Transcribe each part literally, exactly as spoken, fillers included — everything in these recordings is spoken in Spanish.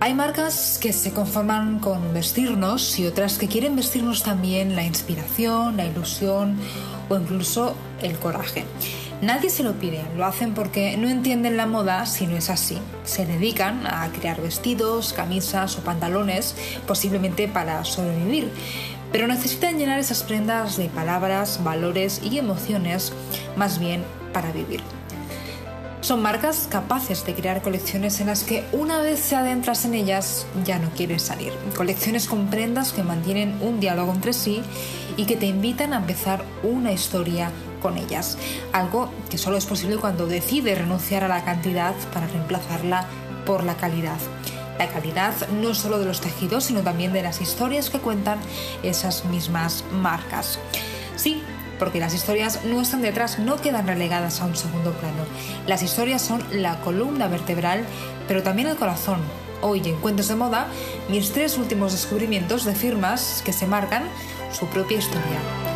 Hay marcas que se conforman con vestirnos y otras que quieren vestirnos también la inspiración, la ilusión o incluso el coraje. Nadie se lo pide, lo hacen porque no entienden la moda si no es así. Se dedican a crear vestidos, camisas o pantalones, posiblemente para sobrevivir, pero necesitan llenar esas prendas de palabras, valores y emociones, más bien para vivir. Son marcas capaces de crear colecciones en las que una vez se adentras en ellas ya no quieres salir. Colecciones con prendas que mantienen un diálogo entre sí y que te invitan a empezar una historia con ellas. Algo que solo es posible cuando decides renunciar a la cantidad para reemplazarla por la calidad. La calidad no solo de los tejidos, sino también de las historias que cuentan esas mismas marcas. Sí, porque las historias no están detrás, no quedan relegadas a un segundo plano. Las historias son la columna vertebral, pero también el corazón. Hoy en Cuentos de Moda, mis tres últimos descubrimientos de firmas que se marcan su propia historia.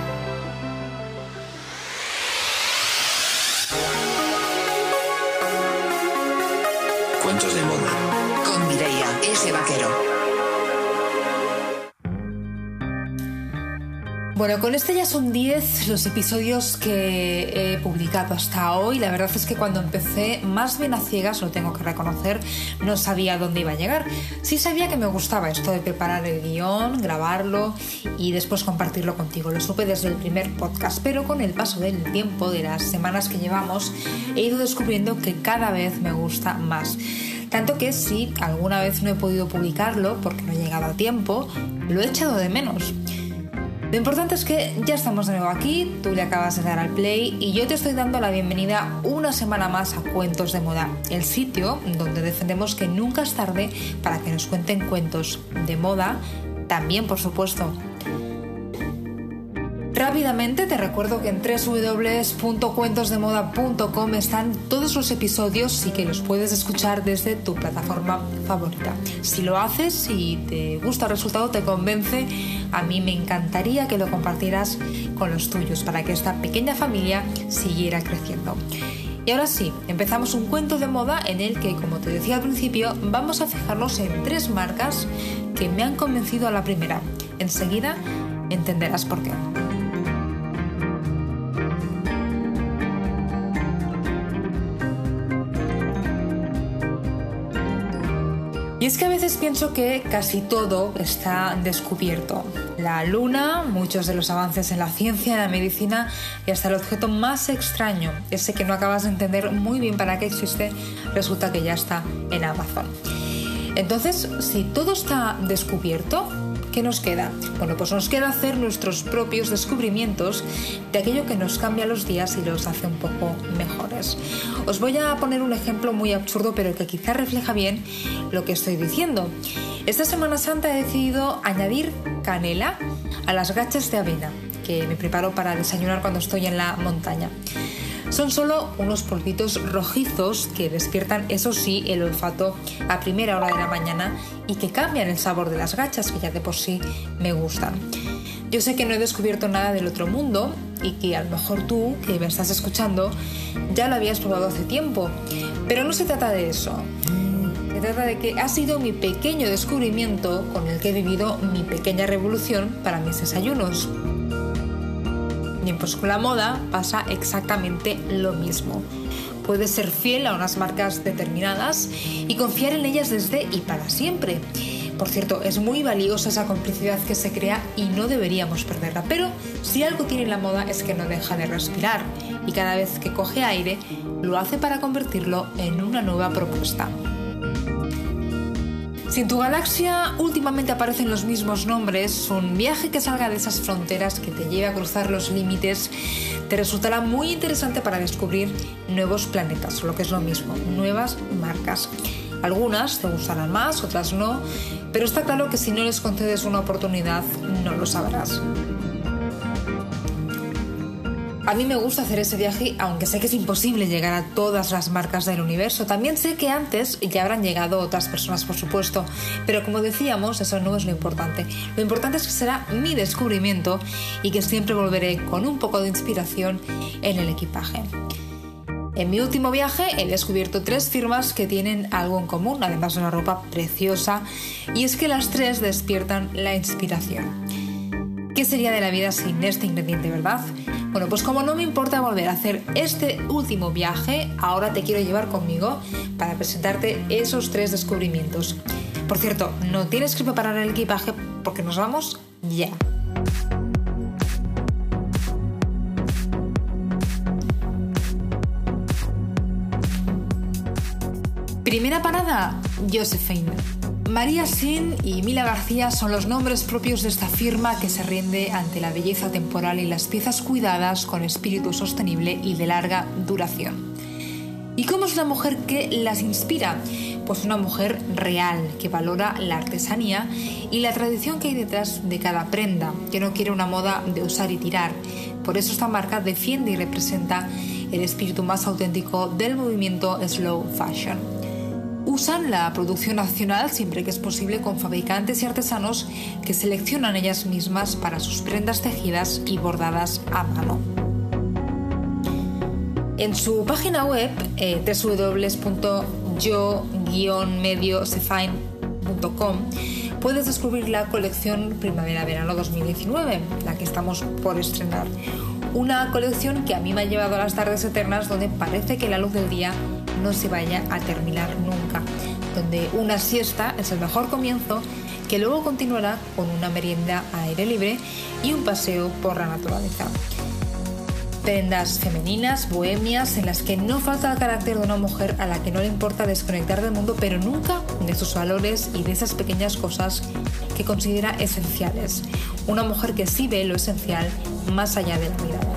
Cuentos de Moda con Mireia S. Vaquero. Bueno, con este ya son diez los episodios que he publicado hasta hoy. La verdad es que cuando empecé, más bien a ciegas, lo tengo que reconocer, no sabía dónde iba a llegar. Sí sabía que me gustaba esto de preparar el guión, grabarlo y después compartirlo contigo. Lo supe desde el primer podcast, pero con el paso del tiempo, de las semanas que llevamos, he ido descubriendo que cada vez me gusta más. Tanto que si alguna vez no he podido publicarlo porque no he llegado a tiempo, lo he echado de menos. Lo importante es que ya estamos de nuevo aquí, tú le acabas de dar al play y yo te estoy dando la bienvenida una semana más a Cuentos de Moda, el sitio donde defendemos que nunca es tarde para que nos cuenten cuentos de moda, también por supuesto. Rápidamente te recuerdo que en doble u doble u doble u punto cuentos de moda punto com están todos los episodios y que los puedes escuchar desde tu plataforma favorita. Si lo haces y te gusta el resultado, te convence, a mí me encantaría que lo compartieras con los tuyos para que esta pequeña familia siguiera creciendo. Y ahora sí, empezamos un cuento de moda en el que, como te decía al principio, vamos a fijarnos en tres marcas que me han convencido a la primera. Enseguida entenderás por qué. Y es que a veces pienso que casi todo está descubierto. La luna, muchos de los avances en la ciencia, en la medicina y hasta el objeto más extraño, ese que no acabas de entender muy bien para qué existe, resulta que ya está en Amazon. Entonces, si todo está descubierto, ¿qué nos queda? Bueno, pues nos queda hacer nuestros propios descubrimientos de aquello que nos cambia los días y los hace un poco mejores. Os voy a poner un ejemplo muy absurdo, pero que quizá refleja bien lo que estoy diciendo. Esta Semana Santa he decidido añadir canela a las gachas de avena que me preparo para desayunar cuando estoy en la montaña. Son solo unos polvitos rojizos que despiertan, eso sí, el olfato a primera hora de la mañana y que cambian el sabor de las gachas, que ya de por sí me gustan. Yo sé que no he descubierto nada del otro mundo y que a lo mejor tú, que me estás escuchando, ya lo habías probado hace tiempo, pero no se trata de eso. Se trata de que ha sido mi pequeño descubrimiento con el que he vivido mi pequeña revolución para mis desayunos. Bien, pues con la moda pasa exactamente lo mismo. Puedes ser fiel a unas marcas determinadas y confiar en ellas desde y para siempre. Por cierto, es muy valiosa esa complicidad que se crea y no deberíamos perderla. Pero si algo tiene la moda es que no deja de respirar y cada vez que coge aire lo hace para convertirlo en una nueva propuesta. Si en tu galaxia últimamente aparecen los mismos nombres, un viaje que salga de esas fronteras, que te lleve a cruzar los límites, te resultará muy interesante para descubrir nuevos planetas, o lo que es lo mismo, nuevas marcas. Algunas te gustarán más, otras no, pero está claro que si no les concedes una oportunidad, no lo sabrás. A mí me gusta hacer ese viaje, aunque sé que es imposible llegar a todas las marcas del universo. También sé que antes ya habrán llegado otras personas, por supuesto, pero como decíamos, eso no es lo importante. Lo importante es que será mi descubrimiento y que siempre volveré con un poco de inspiración en el equipaje. En mi último viaje he descubierto tres firmas que tienen algo en común, además de una ropa preciosa, y es que las tres despiertan la inspiración. ¿Qué sería de la vida sin este ingrediente, verdad? Bueno, pues como no me importa volver a hacer este último viaje, ahora te quiero llevar conmigo para presentarte esos tres descubrimientos. Por cierto, no tienes que preparar el equipaje porque nos vamos ya. Primera parada, Josephine. María Sin y Mila García son los nombres propios de esta firma que se rinde ante la belleza temporal y las piezas cuidadas con espíritu sostenible y de larga duración. ¿Y cómo es la mujer que las inspira? Pues una mujer real, que valora la artesanía y la tradición que hay detrás de cada prenda, que no quiere una moda de usar y tirar. Por eso esta marca defiende y representa el espíritu más auténtico del movimiento slow fashion. Usan la producción nacional siempre que es posible con fabricantes y artesanos que seleccionan ellas mismas para sus prendas tejidas y bordadas a mano. En su página web eh, doble u doble u doble u punto yo guion medio sefine punto com puedes descubrir la colección Primavera-Verano dos mil diecinueve, la que estamos por estrenar. Una colección que a mí me ha llevado a las tardes eternas donde parece que la luz del día no se vaya a terminar nunca, donde una siesta es el mejor comienzo, que luego continuará con una merienda a aire libre y un paseo por la naturaleza. Prendas femeninas, bohemias, en las que no falta el carácter de una mujer a la que no le importa desconectar del mundo, pero nunca de sus valores y de esas pequeñas cosas que considera esenciales. Una mujer que sí ve lo esencial más allá de la mirada.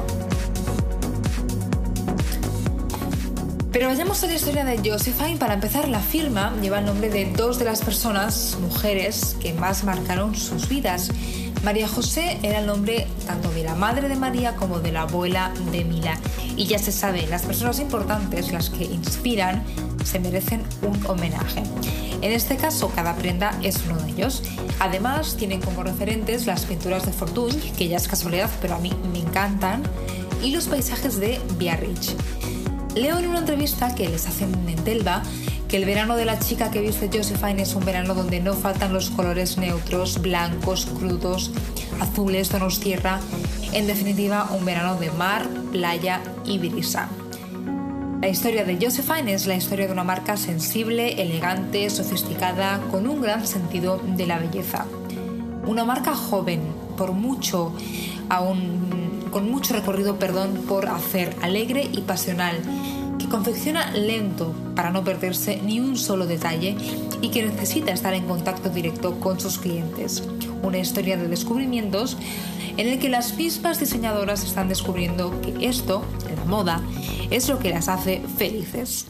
Pero vayamos a la historia de Josephine. Para empezar, la firma lleva el nombre de dos de las personas, mujeres, que más marcaron sus vidas. María José era el nombre tanto de la madre de María como de la abuela de Mila. Y ya se sabe, las personas importantes, las que inspiran, se merecen un homenaje. En este caso, cada prenda es uno de ellos. Además, tienen como referentes las pinturas de Fortuny, que ya es casualidad, pero a mí me encantan, y los paisajes de Biarritz. Leo en una entrevista que les hacen en Telva que el verano de la chica que viste Josephine es un verano donde no faltan los colores neutros, blancos, crudos, azules, tonos tierra. En definitiva, un verano de mar, playa y brisa. La historia de Josephine es la historia de una marca sensible, elegante, sofisticada, con un gran sentido de la belleza. Una marca joven, por mucho aún con mucho recorrido, perdón, por hacer, alegre y pasional, que confecciona lento para no perderse ni un solo detalle y que necesita estar en contacto directo con sus clientes. Una historia de descubrimientos en el que las mismas diseñadoras están descubriendo que esto, la moda, es lo que las hace felices.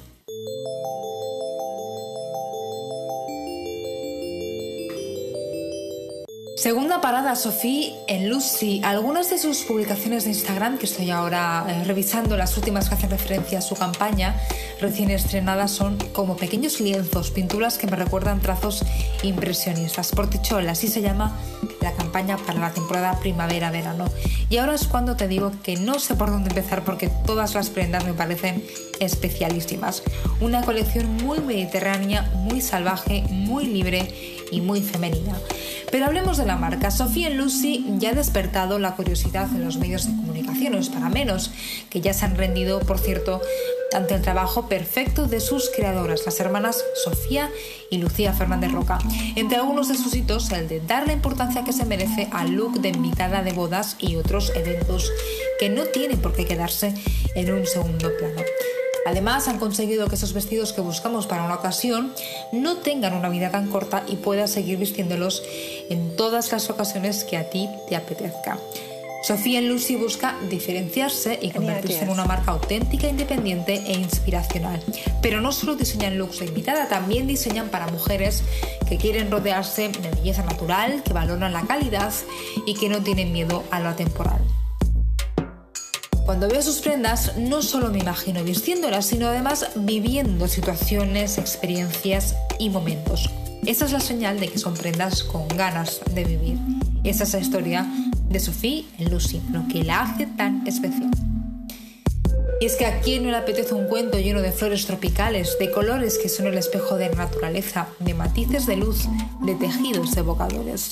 Segunda parada, Sophie en Lucy. Algunas de sus publicaciones de Instagram, que estoy ahora eh, revisando las últimas que hacen referencia a su campaña recién estrenada, son como pequeños lienzos, pinturas que me recuerdan trazos impresionistas. Portichol, así se llama la campaña para la temporada primavera-verano. Y ahora es cuando te digo que no sé por dónde empezar porque todas las prendas me parecen especialísimas. Una colección muy mediterránea, muy salvaje, muy libre y muy femenina. Pero hablemos de la marca. Sophie en Lucy ya ha despertado la curiosidad en los medios de comunicación, no es para menos, que ya se han rendido, por cierto, ante el trabajo perfecto de sus creadoras, las hermanas Sofía y Lucía Fernández Roca. Entre algunos de sus hitos, el de dar la importancia que se merece al look de invitada de bodas y otros eventos que no tienen por qué quedarse en un segundo plano. Además, han conseguido que esos vestidos que buscamos para una ocasión no tengan una vida tan corta y puedas seguir vistiéndolos en todas las ocasiones que a ti te apetezca. Sophie en Lucy busca diferenciarse y convertirse en una marca auténtica, independiente e inspiracional. Pero no solo diseñan looks de invitada, también diseñan para mujeres que quieren rodearse de belleza natural, que valoran la calidad y que no tienen miedo a lo atemporal. Cuando veo sus prendas, no solo me imagino vistiéndolas, sino además viviendo situaciones, experiencias y momentos. Esa es la señal de que son prendas con ganas de vivir. Esa es la historia de Sophie en Lucy, lo que la hace tan especial. Y es que a quién no le apetece un cuento lleno de flores tropicales, de colores que son el espejo de la naturaleza, de matices de luz, de tejidos evocadores.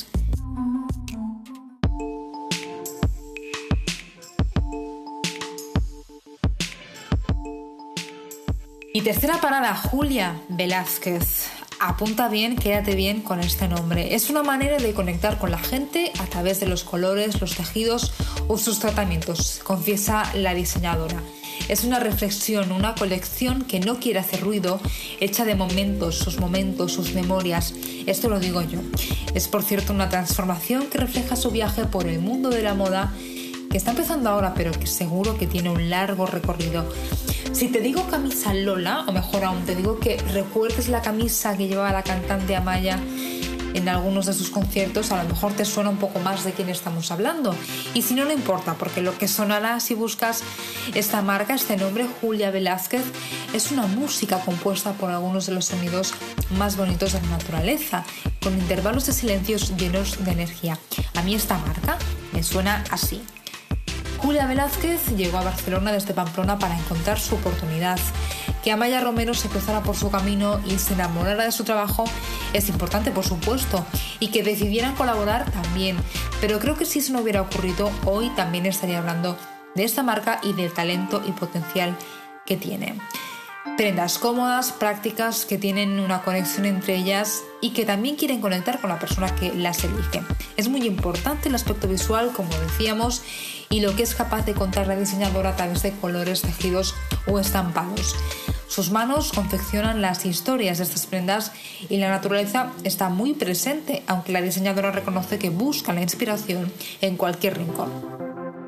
Y tercera parada, Julia Velázquez. Apunta bien, quédate bien con este nombre. Es una manera de conectar con la gente a través de los colores, los tejidos o sus tratamientos, confiesa la diseñadora. Es una reflexión, una colección que no quiere hacer ruido, hecha de momentos, sus momentos, sus memorias. Esto lo digo yo. Es, por cierto, una transformación que refleja su viaje por el mundo de la moda, que está empezando ahora, pero que seguro que tiene un largo recorrido. Si te digo camisa Lola, o mejor aún, te digo que recuerdes la camisa que llevaba la cantante Amaya en algunos de sus conciertos, a lo mejor te suena un poco más de quién estamos hablando. Y si no, no importa, porque lo que sonará si buscas esta marca, este nombre, Julia Velázquez, es una música compuesta por algunos de los sonidos más bonitos de la naturaleza, con intervalos de silencios llenos de energía. A mí esta marca me suena así. Julia Velázquez llegó a Barcelona desde Pamplona para encontrar su oportunidad. Que Amaya Romero se cruzara por su camino y se enamorara de su trabajo es importante, por supuesto, y que decidieran colaborar también. Pero creo que si eso no hubiera ocurrido, hoy también estaría hablando de esta marca y del talento y potencial que tiene. Prendas cómodas, prácticas, que tienen una conexión entre ellas y que también quieren conectar con la persona que las elige. Es muy importante el aspecto visual, como decíamos, y lo que es capaz de contar la diseñadora a través de colores, tejidos o estampados. Sus manos confeccionan las historias de estas prendas y la naturaleza está muy presente, aunque la diseñadora reconoce que busca la inspiración en cualquier rincón.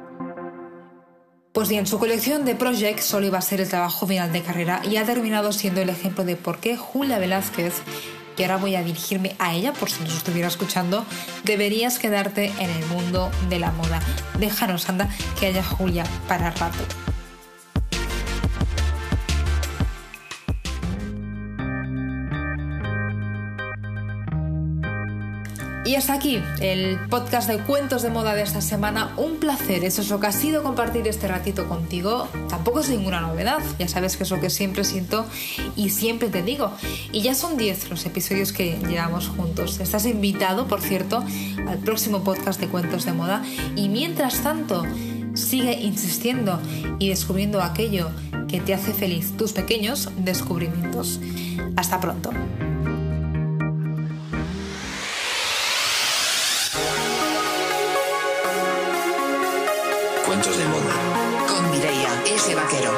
Pues bien, su colección de Project solo iba a ser el trabajo final de carrera y ha terminado siendo el ejemplo de por qué Julia Velázquez, que ahora voy a dirigirme a ella por si nos estuviera escuchando, deberías quedarte en el mundo de la moda. Déjanos, anda, que haya Julia para rato. Y hasta aquí el podcast de cuentos de moda de esta semana. Un placer, eso es lo que ha sido compartir este ratito contigo. Tampoco es ninguna novedad, ya sabes que es lo que siempre siento y siempre te digo. Y ya son diez los episodios que llevamos juntos. Estás invitado, por cierto, al próximo podcast de cuentos de moda. Y mientras tanto, sigue insistiendo y descubriendo aquello que te hace feliz, tus pequeños descubrimientos. Hasta pronto. Cuentos de moda con Mireia S. Vaquero.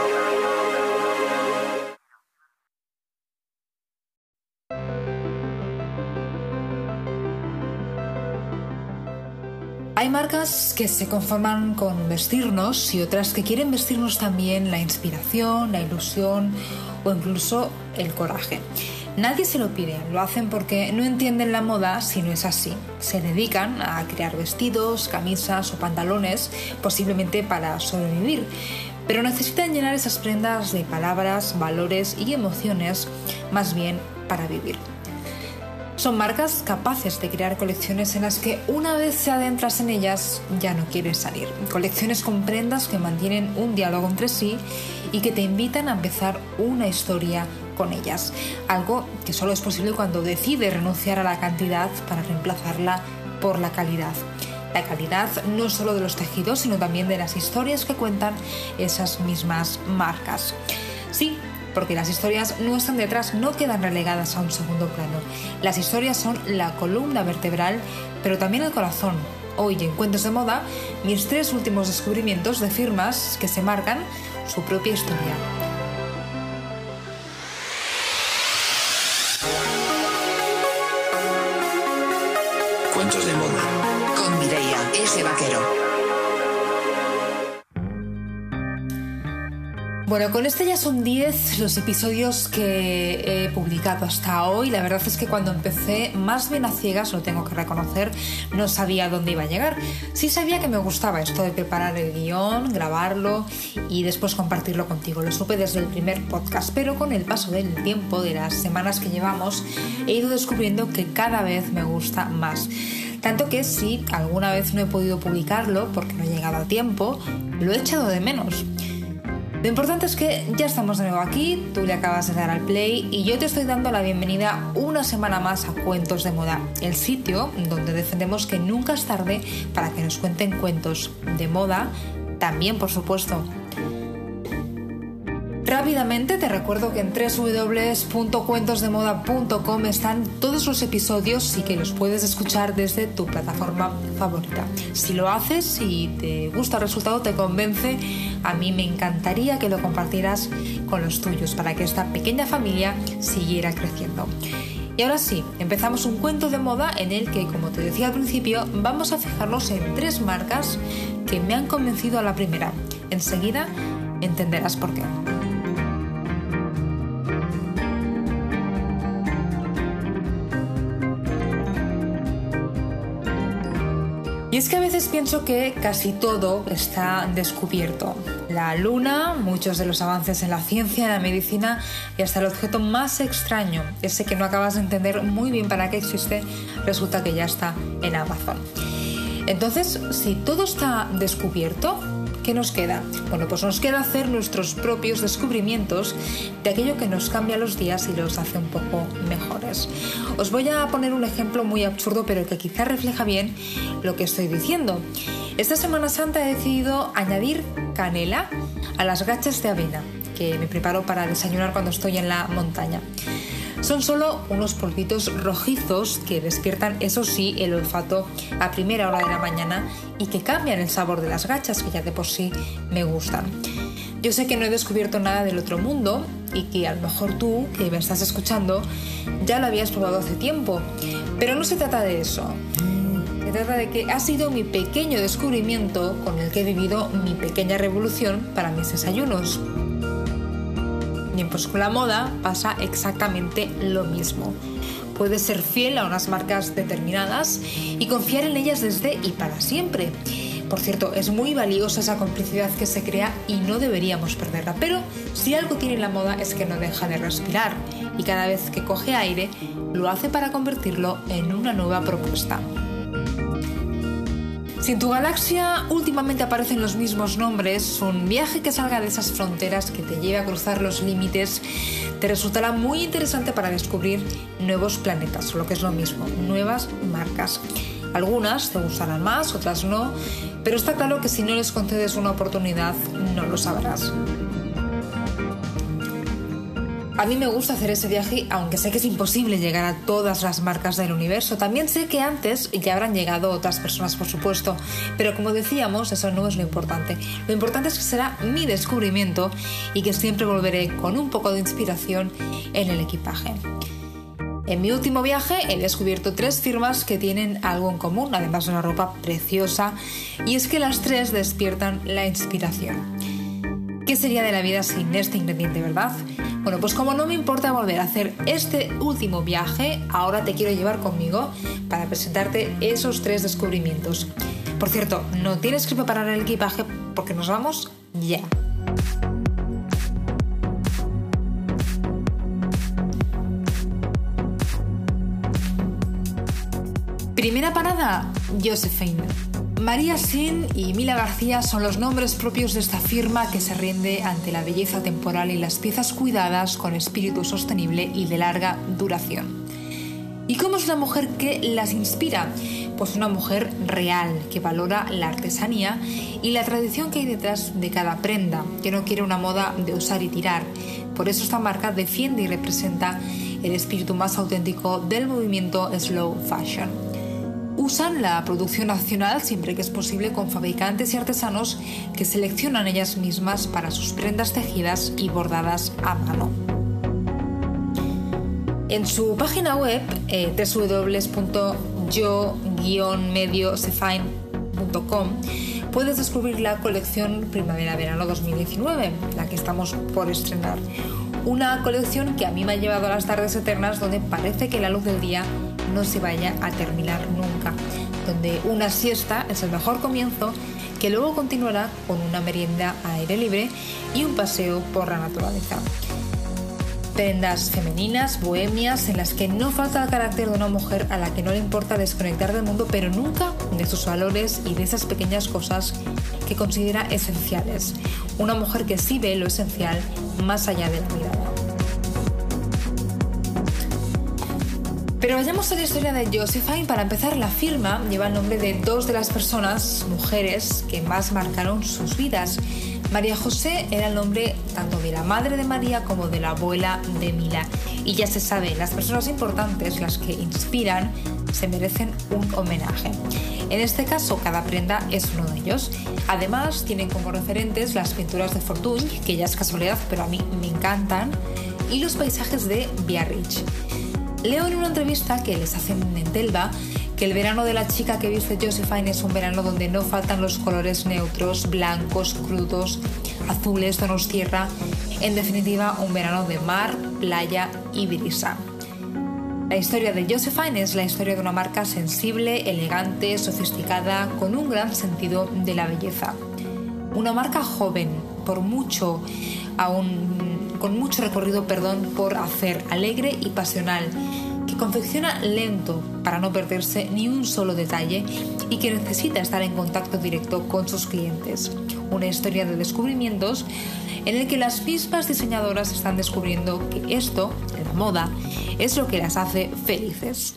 Hay marcas que se conforman con vestirnos y otras que quieren vestirnos también la inspiración, la ilusión o incluso el coraje. Nadie se lo pide, lo hacen porque no entienden la moda si no es así. Se dedican a crear vestidos, camisas o pantalones, posiblemente para sobrevivir, pero necesitan llenar esas prendas de palabras, valores y emociones, más bien para vivir. Son marcas capaces de crear colecciones en las que una vez se adentras en ellas ya no quieres salir. Colecciones con prendas que mantienen un diálogo entre sí y que te invitan a empezar una historia con ellas. Algo que solo es posible cuando decides renunciar a la cantidad para reemplazarla por la calidad. La calidad no solo de los tejidos, sino también de las historias que cuentan esas mismas marcas. Sí, porque las historias no están detrás, no quedan relegadas a un segundo plano. Las historias son la columna vertebral, pero también el corazón. Hoy en Cuentos de Moda, mis tres últimos descubrimientos de firmas que se marcan su propia historia. Cuentos de moda con Mireia S. Vaquero. Bueno, con este ya son diez los episodios que he publicado hasta hoy. La verdad es que cuando empecé, más bien a ciegas, lo tengo que reconocer, no sabía dónde iba a llegar. Sí sabía que me gustaba esto de preparar el guión, grabarlo y después compartirlo contigo. Lo supe desde el primer podcast, pero con el paso del tiempo, de las semanas que llevamos, he ido descubriendo que cada vez me gusta más. Tanto que si alguna vez no he podido publicarlo porque no he llegado a tiempo, lo he echado de menos. Lo importante es que ya estamos de nuevo aquí, tú le acabas de dar al play y yo te estoy dando la bienvenida una semana más a Cuentos de Moda, el sitio donde defendemos que nunca es tarde para que nos cuenten cuentos de moda, también por supuesto. Rápidamente te recuerdo que en doble u doble u doble u punto cuentos de moda punto com están todos los episodios y que los puedes escuchar desde tu plataforma favorita. Si lo haces y te gusta el resultado, te convence, a mí me encantaría que lo compartieras con los tuyos para que esta pequeña familia siguiera creciendo. Y ahora sí, empezamos un cuento de moda en el que, como te decía al principio, vamos a fijarnos en tres marcas que me han convencido a la primera. Enseguida entenderás por qué. Y es que a veces pienso que casi todo está descubierto. La luna, muchos de los avances en la ciencia, en la medicina y hasta el objeto más extraño, ese que no acabas de entender muy bien para qué existe, resulta que ya está en Amazon. Entonces, si todo está descubierto, ¿qué nos queda? Bueno, pues nos queda hacer nuestros propios descubrimientos de aquello que nos cambia los días y los hace un poco mejores. Os voy a poner un ejemplo muy absurdo, pero que quizá refleja bien lo que estoy diciendo. Esta Semana Santa he decidido añadir canela a las gachas de avena que me preparo para desayunar cuando estoy en la montaña. Son solo unos polvitos rojizos que despiertan, eso sí, el olfato a primera hora de la mañana y que cambian el sabor de las gachas, que ya de por sí me gustan. Yo sé que no he descubierto nada del otro mundo y que a lo mejor tú, que me estás escuchando, ya lo habías probado hace tiempo, pero no se trata de eso. Se trata de que ha sido mi pequeño descubrimiento con el que he vivido mi pequeña revolución para mis desayunos. Bien, pues con la moda pasa exactamente lo mismo. Puedes ser fiel a unas marcas determinadas y confiar en ellas desde y para siempre. Por cierto, es muy valiosa esa complicidad que se crea y no deberíamos perderla. Pero si algo tiene la moda es que no deja de respirar y cada vez que coge aire lo hace para convertirlo en una nueva propuesta. Si en tu galaxia últimamente aparecen los mismos nombres, un viaje que salga de esas fronteras, que te lleve a cruzar los límites, te resultará muy interesante para descubrir nuevos planetas, o lo que es lo mismo, nuevas marcas. Algunas te gustarán más, otras no, pero está claro que si no les concedes una oportunidad, no lo sabrás. A mí me gusta hacer ese viaje, aunque sé que es imposible llegar a todas las marcas del universo. También sé que antes ya habrán llegado otras personas, por supuesto, pero como decíamos, eso no es lo importante. Lo importante es que será mi descubrimiento y que siempre volveré con un poco de inspiración en el equipaje. En mi último viaje he descubierto tres firmas que tienen algo en común, además de una ropa preciosa, y es que las tres despiertan la inspiración. ¿Qué sería de la vida sin este ingrediente, verdad? Bueno, pues como no me importa volver a hacer este último viaje, ahora te quiero llevar conmigo para presentarte esos tres descubrimientos. Por cierto, no tienes que preparar el equipaje porque nos vamos ya. Primera parada, Josephine. María Sin y Mila García son los nombres propios de esta firma que se rinde ante la belleza temporal y las piezas cuidadas con espíritu sostenible y de larga duración. ¿Y cómo es una mujer que las inspira? Pues una mujer real, que valora la artesanía y la tradición que hay detrás de cada prenda, que no quiere una moda de usar y tirar. Por eso esta marca defiende y representa el espíritu más auténtico del movimiento slow fashion. Usan la producción nacional siempre que es posible con fabricantes y artesanos que seleccionan ellas mismas para sus prendas tejidas y bordadas a mano. En su página web, eh, doble u doble u doble u punto yo guion medio sephine punto com, puedes descubrir la colección Primavera-Verano dos mil diecinueve, la que estamos por estrenar. Una colección que a mí me ha llevado a las tardes eternas, donde parece que la luz del día no se vaya a terminar nunca, donde una siesta es el mejor comienzo, que luego continuará con una merienda a aire libre y un paseo por la naturaleza. Prendas femeninas, bohemias, en las que no falta el carácter de una mujer a la que no le importa desconectar del mundo, pero nunca de sus valores y de esas pequeñas cosas que considera esenciales. Una mujer que sí ve lo esencial más allá de la mirada. Pero vayamos a la historia de Josephine. Para empezar, la firma lleva el nombre de dos de las personas, mujeres, que más marcaron sus vidas. María José era el nombre tanto de la madre de María como de la abuela de Mila. Y ya se sabe, las personas importantes, las que inspiran, se merecen un homenaje. En este caso, cada prenda es uno de ellos. Además, tienen como referentes las pinturas de Fortuny, que ya es casualidad, pero a mí me encantan, y los paisajes de Biarritz. Leo en una entrevista que les hacen en Telva que el verano de la chica que viste Josephine es un verano donde no faltan los colores neutros, blancos, crudos, azules, tonos tierra. En definitiva, un verano de mar, playa y brisa. La historia de Josephine es la historia de una marca sensible, elegante, sofisticada, con un gran sentido de la belleza. Una marca joven, por mucho, aún, con mucho recorrido, perdón, por hacer, alegre y pasional, que confecciona lento para no perderse ni un solo detalle y que necesita estar en contacto directo con sus clientes. Una historia de descubrimientos en el que las mismas diseñadoras están descubriendo que esto, la moda, es lo que las hace felices.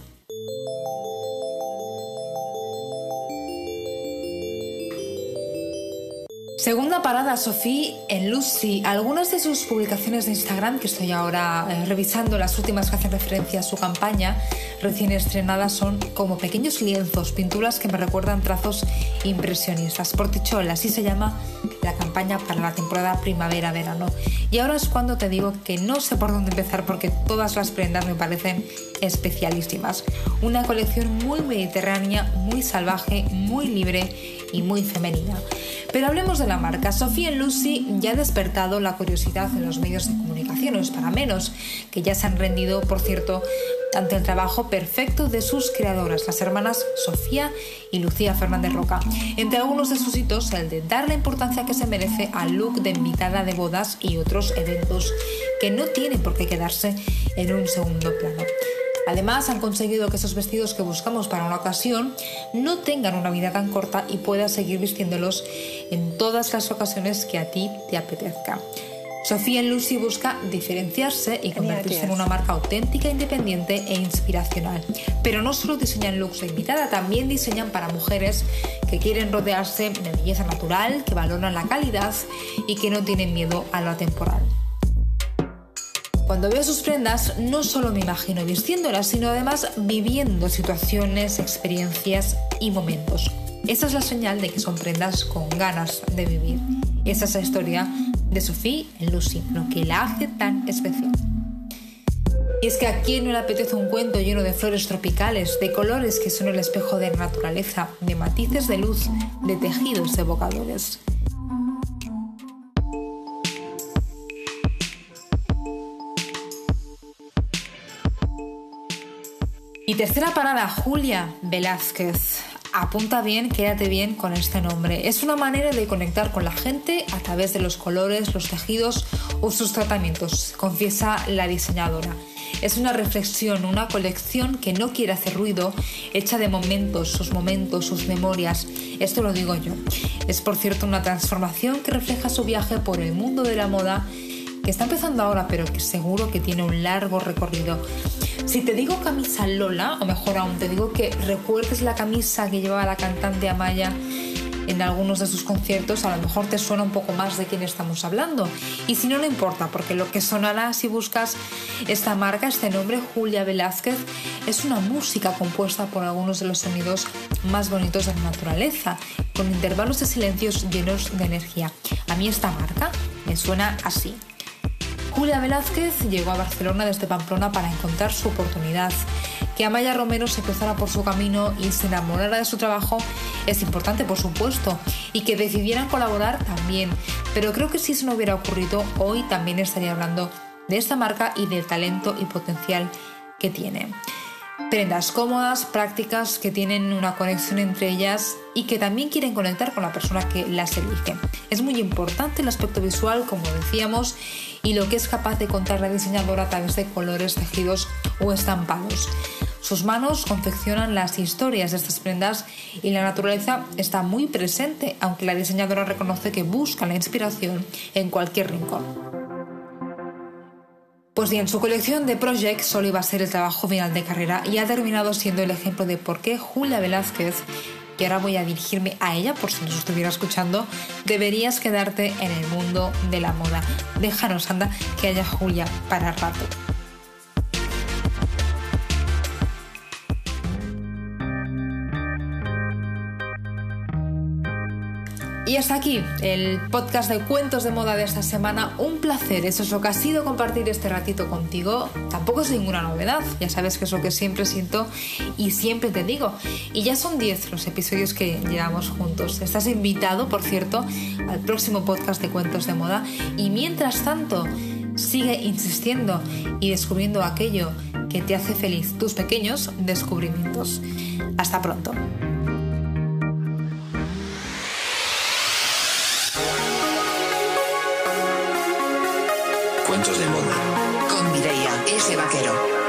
Segunda parada, Sophie en Lucy. Algunas de sus publicaciones de Instagram, que estoy ahora eh, revisando las últimas que hacen referencia a su campaña recién estrenada, son como pequeños lienzos, pinturas que me recuerdan trazos impresionistas. Portichol, así se llama la campaña para la temporada primavera-verano. Y ahora es cuando te digo que no sé por dónde empezar porque todas las prendas me parecen especialísimas. Una colección muy mediterránea, muy salvaje, muy libre y muy femenina. Pero hablemos de la marca. Sophie en Lucy ya ha despertado la curiosidad en los medios de comunicación, no es para menos, que ya se han rendido, por cierto, ante el trabajo perfecto de sus creadoras, las hermanas Sofía y Lucía Fernández Roca. Entre algunos de sus hitos, el de dar la importancia que se merece al look de invitada de bodas y otros eventos que no tienen por qué quedarse en un segundo plano. Además, han conseguido que esos vestidos que buscamos para una ocasión no tengan una vida tan corta y puedas seguir vistiéndolos en todas las ocasiones que a ti te apetezca. Sophie en Lucy busca diferenciarse y convertirse en una marca auténtica, independiente e inspiracional. Pero no solo diseñan looks de invitada, también diseñan para mujeres que quieren rodearse de belleza natural, que valoran la calidad y que no tienen miedo a lo atemporal. Cuando veo sus prendas, no solo me imagino vistiéndolas, sino además viviendo situaciones, experiencias y momentos. Esa es la señal de que son prendas con ganas de vivir. Esa es la historia de Sophie en Lucy, lo que la hace tan especial. Y es que a quién no le apetece un cuento lleno de flores tropicales, de colores que son el espejo de la naturaleza, de matices de luz, de tejidos evocadores. Y tercera parada, Julia Velázquez. Apunta bien, quédate bien con este nombre. Es una manera de conectar con la gente a través de los colores, los tejidos o sus tratamientos, confiesa la diseñadora. Es una reflexión, una colección que no quiere hacer ruido, hecha de momentos, sus momentos, sus memorias. Esto lo digo yo. Es, por cierto, una transformación que refleja su viaje por el mundo de la moda, que está empezando ahora, pero que seguro que tiene un largo recorrido. Si te digo camisa Lola, o mejor aún, te digo que recuerdes la camisa que llevaba la cantante Amaya en algunos de sus conciertos, a lo mejor te suena un poco más de quién estamos hablando. Y si no, no importa, porque lo que sonará si buscas esta marca, este nombre, Julia Velázquez, es una música compuesta por algunos de los sonidos más bonitos de la naturaleza, con intervalos de silencios llenos de energía. A mí esta marca me suena así. Julia Velázquez llegó a Barcelona desde Pamplona para encontrar su oportunidad. Que Amaya Romero se cruzara por su camino y se enamorara de su trabajo es importante, por supuesto, y que decidieran colaborar también. Pero creo que si eso no hubiera ocurrido, hoy también estaría hablando de esta marca y del talento y potencial que tiene. Prendas cómodas, prácticas, que tienen una conexión entre ellas y que también quieren conectar con la persona que las elige. Es muy importante el aspecto visual, como decíamos, y lo que es capaz de contar la diseñadora a través de colores, tejidos o estampados. Sus manos confeccionan las historias de estas prendas y la naturaleza está muy presente, aunque la diseñadora reconoce que busca la inspiración en cualquier rincón. Pues bien, su colección de Project solo iba a ser el trabajo final de carrera y ha terminado siendo el ejemplo de por qué Julia Velázquez, y ahora voy a dirigirme a ella por si nos estuviera escuchando, deberías quedarte en el mundo de la moda. Déjanos, anda, que haya Julia para rato. Y hasta aquí el podcast de cuentos de moda de esta semana. Un placer, eso es lo que ha sido compartir este ratito contigo. Tampoco es ninguna novedad, ya sabes que es lo que siempre siento y siempre te digo. Y ya son diez los episodios que llevamos juntos. Estás invitado, por cierto, al próximo podcast de cuentos de moda. Y mientras tanto, sigue insistiendo y descubriendo aquello que te hace feliz, tus pequeños descubrimientos. Hasta pronto. Cuentos de moda con Mireia S. Vaquero.